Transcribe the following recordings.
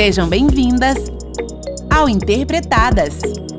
Sejam bem-vindas ao Interpretadas.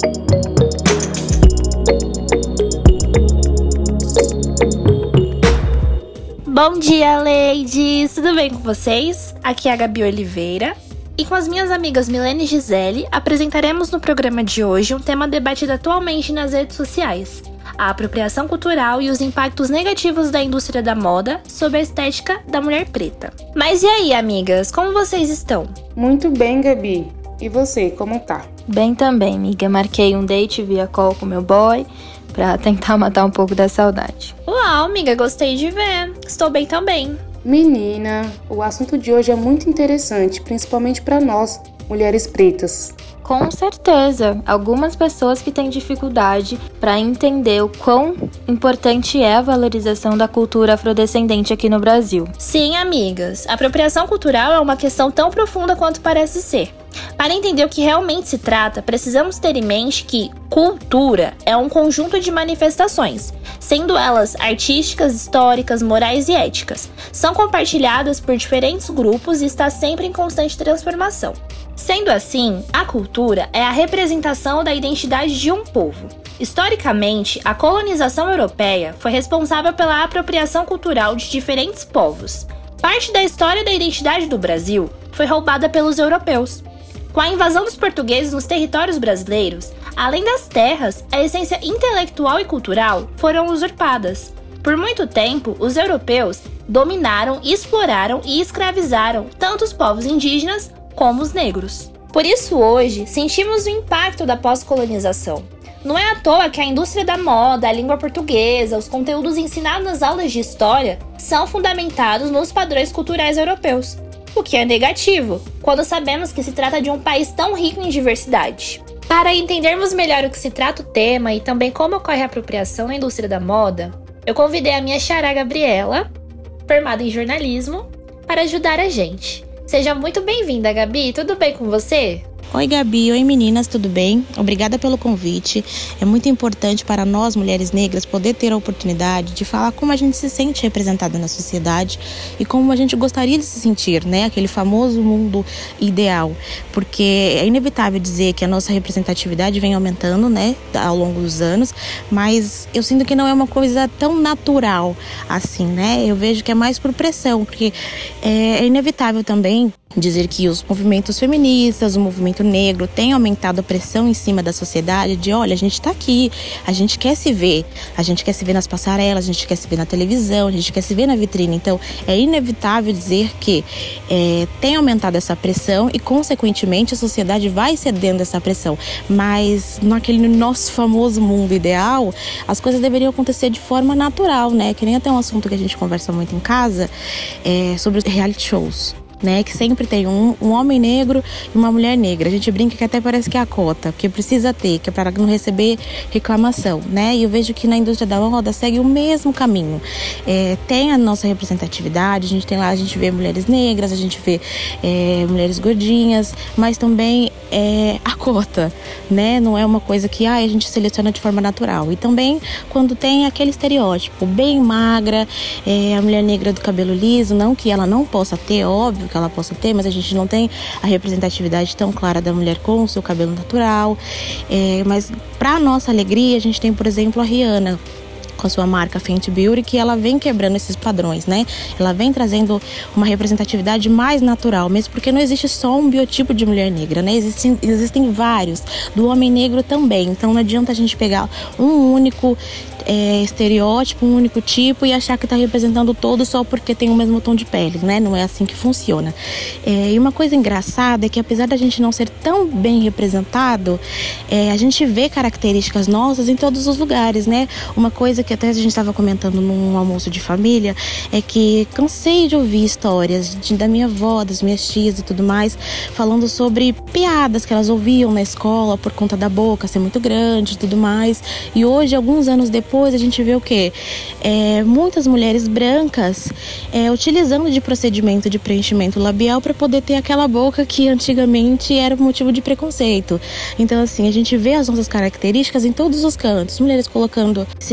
Bom dia, ladies! Tudo bem com vocês? Aqui é a Gabi Oliveira. E com as minhas amigas Milene e Gisele, apresentaremos no programa de hoje um tema debatido atualmente nas redes sociais: a apropriação cultural e os impactos negativos da indústria da moda sobre a estética da mulher preta. Mas e aí, amigas, como vocês estão? Muito bem, Gabi. E você, como tá? Bem também, amiga. Marquei um date via call com meu boy pra tentar matar um pouco da saudade. Uau, amiga, gostei de ver. Estou bem também. Menina, o assunto de hoje é muito interessante, principalmente para nós, mulheres pretas. Com certeza, algumas pessoas que têm dificuldade para entender o quão importante é a valorização da cultura afrodescendente aqui no Brasil. Sim, amigas, a apropriação cultural é uma questão tão profunda quanto parece ser. Para entender o que realmente se trata, precisamos ter em mente que cultura é um conjunto de manifestações, sendo elas artísticas, históricas, morais e éticas. São compartilhadas por diferentes grupos e está sempre em constante transformação. Sendo assim, a cultura é a representação da identidade de um povo. Historicamente, a colonização europeia foi responsável pela apropriação cultural de diferentes povos. Parte da história da identidade do Brasil foi roubada pelos europeus. Com a invasão dos portugueses nos territórios brasileiros, além das terras, a essência intelectual e cultural foram usurpadas. Por muito tempo, os europeus dominaram, exploraram e escravizaram tanto os povos indígenas como os negros. Por isso, hoje, sentimos o impacto da pós-colonização. Não é à toa que a indústria da moda, a língua portuguesa, os conteúdos ensinados nas aulas de história são fundamentados nos padrões culturais europeus. O que é negativo, quando sabemos que se trata de um país tão rico em diversidade. Para entendermos melhor o que se trata o tema e também como ocorre a apropriação na indústria da moda, eu convidei a minha xará Gabriela, formada em jornalismo, para ajudar a gente. Seja muito bem-vinda, Gabi. Tudo bem com você? Oi, Gabi. Oi, meninas. Tudo bem? Obrigada pelo convite. É muito importante para nós, mulheres negras, poder ter a oportunidade de falar como a gente se sente representada na sociedade e como a gente gostaria de se sentir, né? Aquele famoso mundo ideal. Porque é inevitável dizer que a nossa representatividade vem aumentando, né, ao longo dos anos, mas eu sinto que não é uma coisa tão natural assim, né? Eu vejo que é mais por pressão, porque é inevitável também dizer que os movimentos feministas, o movimento negro tem aumentado a pressão em cima da sociedade de, olha, a gente tá aqui, a gente quer se ver nas passarelas, a gente quer se ver na televisão, a gente quer se ver na vitrine. Então, é inevitável dizer que tem aumentado essa pressão e, consequentemente, a sociedade vai cedendo essa pressão. Mas, naquele nosso famoso mundo ideal, as coisas deveriam acontecer de forma natural, né? Que nem até um assunto que a gente conversa muito em casa, sobre os reality shows, né, que sempre tem um homem negro e uma mulher negra. A gente brinca que até parece que é a cota, porque precisa ter, que é para não receber reclamação, né? E eu vejo que na indústria da moda segue o mesmo caminho. Tem a nossa representatividade, a gente tem lá, a gente vê mulheres negras, a gente vê mulheres gordinhas, mas também a cota, né? Não é uma coisa que a gente seleciona de forma natural. E também quando tem aquele estereótipo bem magra, a mulher negra do cabelo liso, não que ela não possa ter, óbvio que ela possa ter, mas a gente não tem a representatividade tão clara da mulher com o seu cabelo natural. Mas para nossa alegria, a gente tem, por exemplo, a Rihanna com a sua marca Fenty Beauty, que ela vem quebrando esses padrões, né? Ela vem trazendo uma representatividade mais natural, mesmo porque não existe só um biotipo de mulher negra, né? Existem vários, do homem negro também. Então não adianta a gente pegar um único estereótipo, um único tipo e achar que está representando todos só porque tem o mesmo tom de pele, né? Não é assim que funciona. E uma coisa engraçada é que, apesar da gente não ser tão bem representado, a gente vê características nossas em todos os lugares, né? Uma coisa que até a gente estava comentando num almoço de família é que cansei de ouvir histórias da minha avó, das minhas tias e tudo mais, falando sobre piadas que elas ouviam na escola por conta da boca ser muito grande e tudo mais. E hoje, alguns anos depois, a gente vê o quê? Muitas mulheres brancas utilizando de procedimento de preenchimento labial para poder ter aquela boca que antigamente era motivo de preconceito. Então, assim, a gente vê as nossas características em todos os cantos. Mulheres colocando silicone,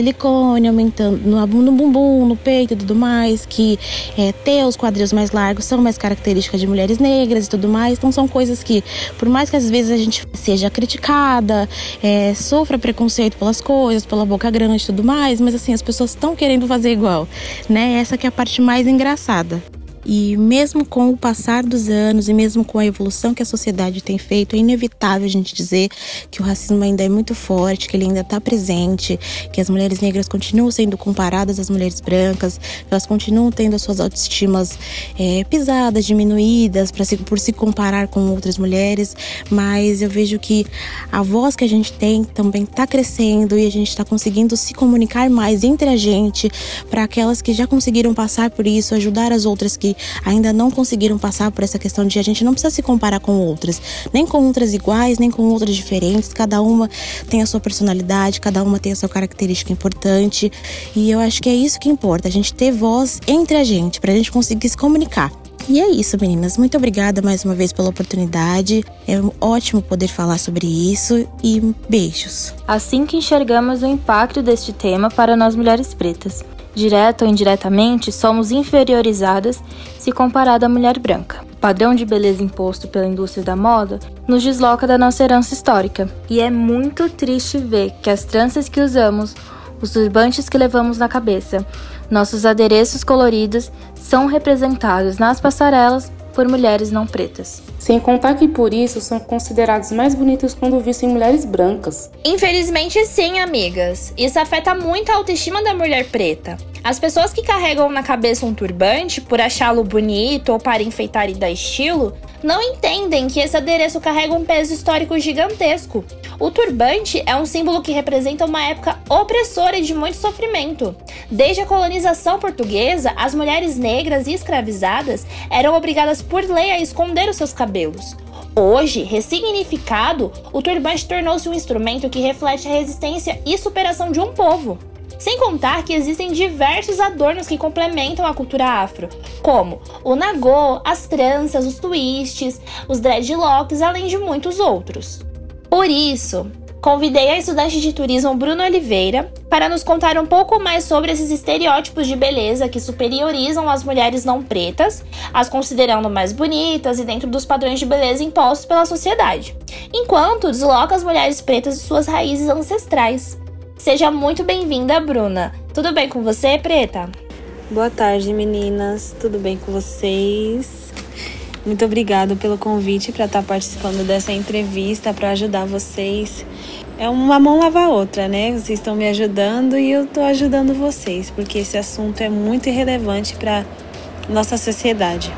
silicone, aumentando no bumbum, no peito e tudo mais, que ter os quadris mais largos são mais características de mulheres negras e tudo mais. Então são coisas que, por mais que às vezes a gente seja criticada, sofra preconceito pelas coisas, pela boca grande e tudo mais, mas assim, as pessoas estão querendo fazer igual, né? Essa que é a parte mais engraçada. E mesmo com o passar dos anos e mesmo com a evolução que a sociedade tem feito, é inevitável a gente dizer que o racismo ainda é muito forte, que ele ainda está presente, que as mulheres negras continuam sendo comparadas às mulheres brancas, que elas continuam tendo as suas autoestimas pisadas, diminuídas por se comparar com outras mulheres. Mas eu vejo que a voz que a gente tem também está crescendo e a gente está conseguindo se comunicar mais entre a gente, para aquelas que já conseguiram passar por isso, ajudar as outras que ainda não conseguiram passar por essa questão de a gente não precisa se comparar com outras, nem com outras iguais, nem com outras diferentes. Cada uma tem a sua personalidade, cada uma tem a sua característica importante, e eu acho que é isso que importa, a gente ter voz entre a gente, pra gente conseguir se comunicar. E é isso, meninas. Muito obrigada mais uma vez pela oportunidade. É ótimo poder falar sobre isso e beijos. Assim que enxergamos o impacto deste tema para nós mulheres pretas, direto ou indiretamente, somos inferiorizadas se comparado à mulher branca. O padrão de beleza imposto pela indústria da moda nos desloca da nossa herança histórica. E é muito triste ver que as tranças que usamos, os turbantes que levamos na cabeça, nossos adereços coloridos são representados nas passarelas por mulheres não pretas. Sem contar que por isso são considerados mais bonitos quando vistos em mulheres brancas. Infelizmente sim, amigas. Isso afeta muito a autoestima da mulher preta. As pessoas que carregam na cabeça um turbante por achá-lo bonito ou para enfeitar e dar estilo, não entendem que esse adereço carrega um peso histórico gigantesco. O turbante é um símbolo que representa uma época opressora e de muito sofrimento. Desde a colonização portuguesa, as mulheres negras e escravizadas eram obrigadas por lei a esconder os seus cabelos. Hoje, ressignificado, o turbante tornou-se um instrumento que reflete a resistência e superação de um povo. Sem contar que existem diversos adornos que complementam a cultura afro, como o nagô, as tranças, os twists, os dreadlocks, além de muitos outros. Por isso, convidei a estudante de turismo Bruna Oliveira para nos contar um pouco mais sobre esses estereótipos de beleza que superiorizam as mulheres não pretas, as considerando mais bonitas e dentro dos padrões de beleza impostos pela sociedade, enquanto desloca as mulheres pretas de suas raízes ancestrais. Seja muito bem-vinda, Bruna. Tudo bem com você, preta? Boa tarde, meninas. Tudo bem com vocês? Muito obrigada pelo convite para estar participando dessa entrevista, para ajudar vocês. É uma mão lava a outra, né? Vocês estão me ajudando e eu estou ajudando vocês, porque esse assunto é muito relevante para nossa sociedade.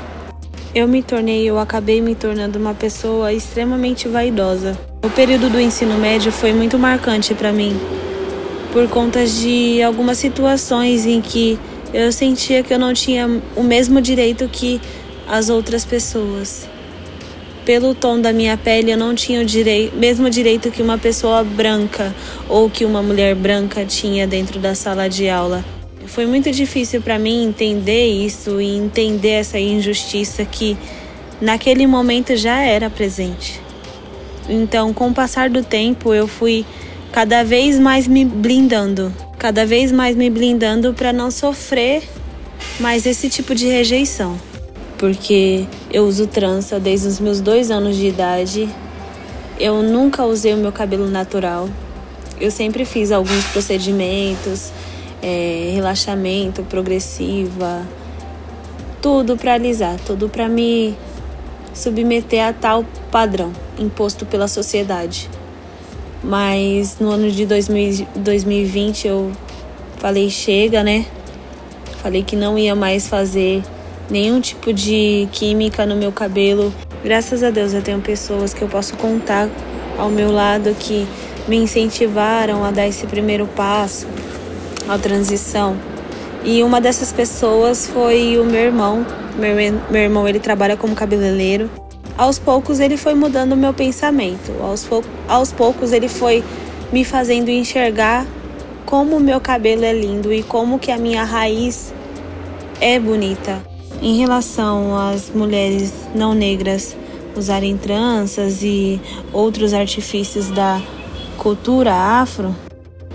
Eu acabei me tornando uma pessoa extremamente vaidosa. O período do ensino médio foi muito marcante para mim, por conta de algumas situações em que eu sentia que eu não tinha o mesmo direito que as outras pessoas. Pelo tom da minha pele, eu não tinha o mesmo direito que uma pessoa branca ou que uma mulher branca tinha dentro da sala de aula. Foi muito difícil para mim entender isso e entender essa injustiça que naquele momento já era presente. Então, com o passar do tempo, eu fui cada vez mais me blindando para não sofrer mais esse tipo de rejeição. Porque eu uso trança desde os meus 2 anos de idade. Eu nunca usei o meu cabelo natural. Eu sempre fiz alguns procedimentos, relaxamento, progressiva, tudo para alisar, tudo para me submeter a tal padrão imposto pela sociedade. Mas no ano de 2020 eu falei chega, né? Falei que não ia mais fazer nenhum tipo de química no meu cabelo. Graças a Deus eu tenho pessoas que eu posso contar ao meu lado que me incentivaram a dar esse primeiro passo, a transição. E uma dessas pessoas foi o meu irmão. Meu irmão, ele trabalha como cabeleireiro. Aos poucos ele foi mudando o meu pensamento. Aos poucos ele foi me fazendo enxergar como o meu cabelo é lindo e como que a minha raiz é bonita. Em relação às mulheres não negras usarem tranças e outros artifícios da cultura afro,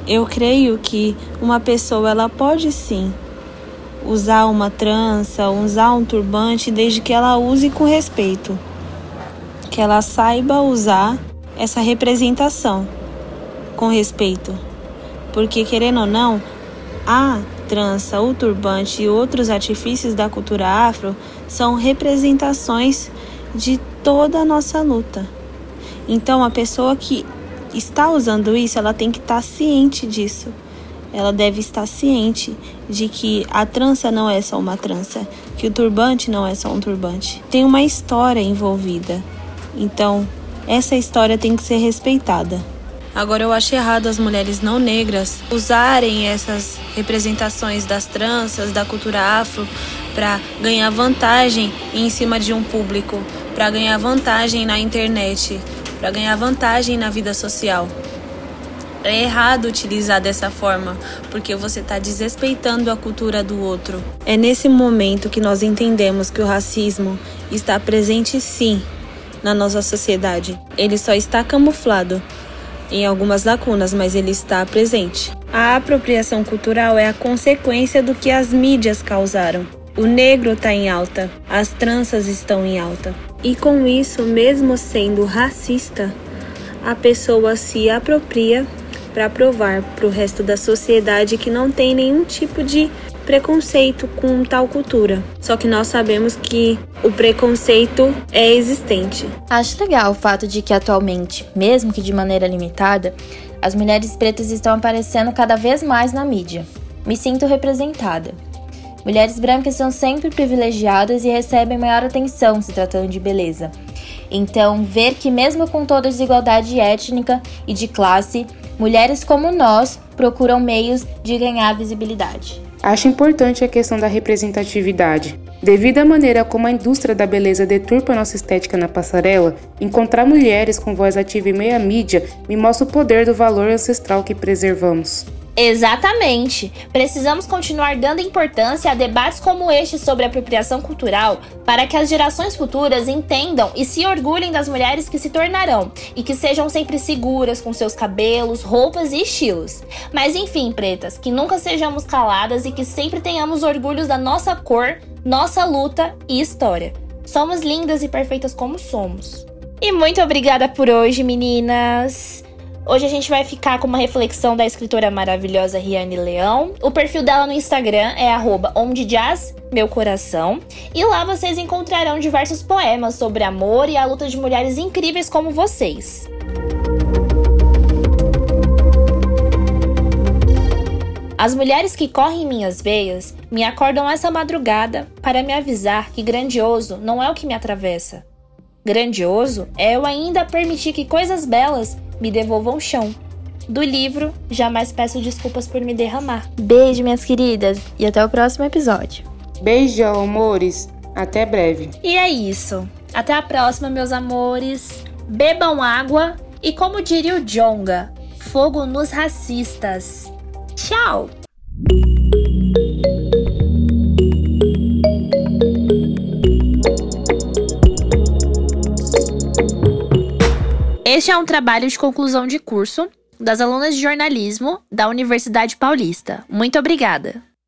Eu creio que uma pessoa ela pode sim usar uma trança, usar um turbante, desde que ela use com respeito. Que ela saiba usar essa representação com respeito. Porque, querendo ou não, a trança, o turbante e outros artifícios da cultura afro são representações de toda a nossa luta. Então, a pessoa que está usando isso, ela tem que estar ciente disso. Ela deve estar ciente de que a trança não é só uma trança, que o turbante não é só um turbante. Tem uma história envolvida. Então, essa história tem que ser respeitada. Agora, eu acho errado as mulheres não negras usarem essas representações das tranças, da cultura afro, para ganhar vantagem em cima de um público, para ganhar vantagem na internet, para ganhar vantagem na vida social. É errado utilizar dessa forma, porque você está desrespeitando a cultura do outro. É nesse momento que nós entendemos que o racismo está presente sim na nossa sociedade. Ele só está camuflado em algumas lacunas, mas ele está presente. A apropriação cultural é a consequência do que as mídias causaram. O negro está em alta, as tranças estão em alta. E com isso, mesmo sendo racista, a pessoa se apropria para provar para o resto da sociedade que não tem nenhum tipo de preconceito com tal cultura. Só que nós sabemos que o preconceito é existente. Acho legal o fato de que atualmente, mesmo que de maneira limitada, as mulheres pretas estão aparecendo cada vez mais na mídia. Me sinto representada. Mulheres brancas são sempre privilegiadas e recebem maior atenção se tratando de beleza. Então, ver que mesmo com toda a desigualdade étnica e de classe, mulheres como nós procuram meios de ganhar visibilidade. Acho importante a questão da representatividade. Devido à maneira como a indústria da beleza deturpa nossa estética na passarela, encontrar mulheres com voz ativa em meio à mídia me mostra o poder do valor ancestral que preservamos. Exatamente! Precisamos continuar dando importância a debates como este sobre apropriação cultural para que as gerações futuras entendam e se orgulhem das mulheres que se tornarão e que sejam sempre seguras com seus cabelos, roupas e estilos. Mas enfim, pretas, que nunca sejamos caladas e que sempre tenhamos orgulhos da nossa cor, nossa luta e história. Somos lindas e perfeitas como somos. E muito obrigada por hoje, meninas! Hoje a gente vai ficar com uma reflexão da escritora maravilhosa Riane Leão. O perfil dela no Instagram é @ondejazmeucoração. E lá vocês encontrarão diversos poemas sobre amor e a luta de mulheres incríveis como vocês. As mulheres que correm em minhas veias me acordam essa madrugada para me avisar que grandioso não é o que me atravessa. Grandioso é eu ainda permitir que coisas belas me devolvam o chão. Do livro Jamais Peço Desculpas por Me Derramar. Beijo, minhas queridas, e até o próximo episódio. Beijão, amores. Até breve. E é isso. Até a próxima, meus amores. Bebam água e, como diria o Djonga, fogo nos racistas. Tchau! Este é um trabalho de conclusão de curso das alunas de jornalismo da Universidade Paulista. Muito obrigada!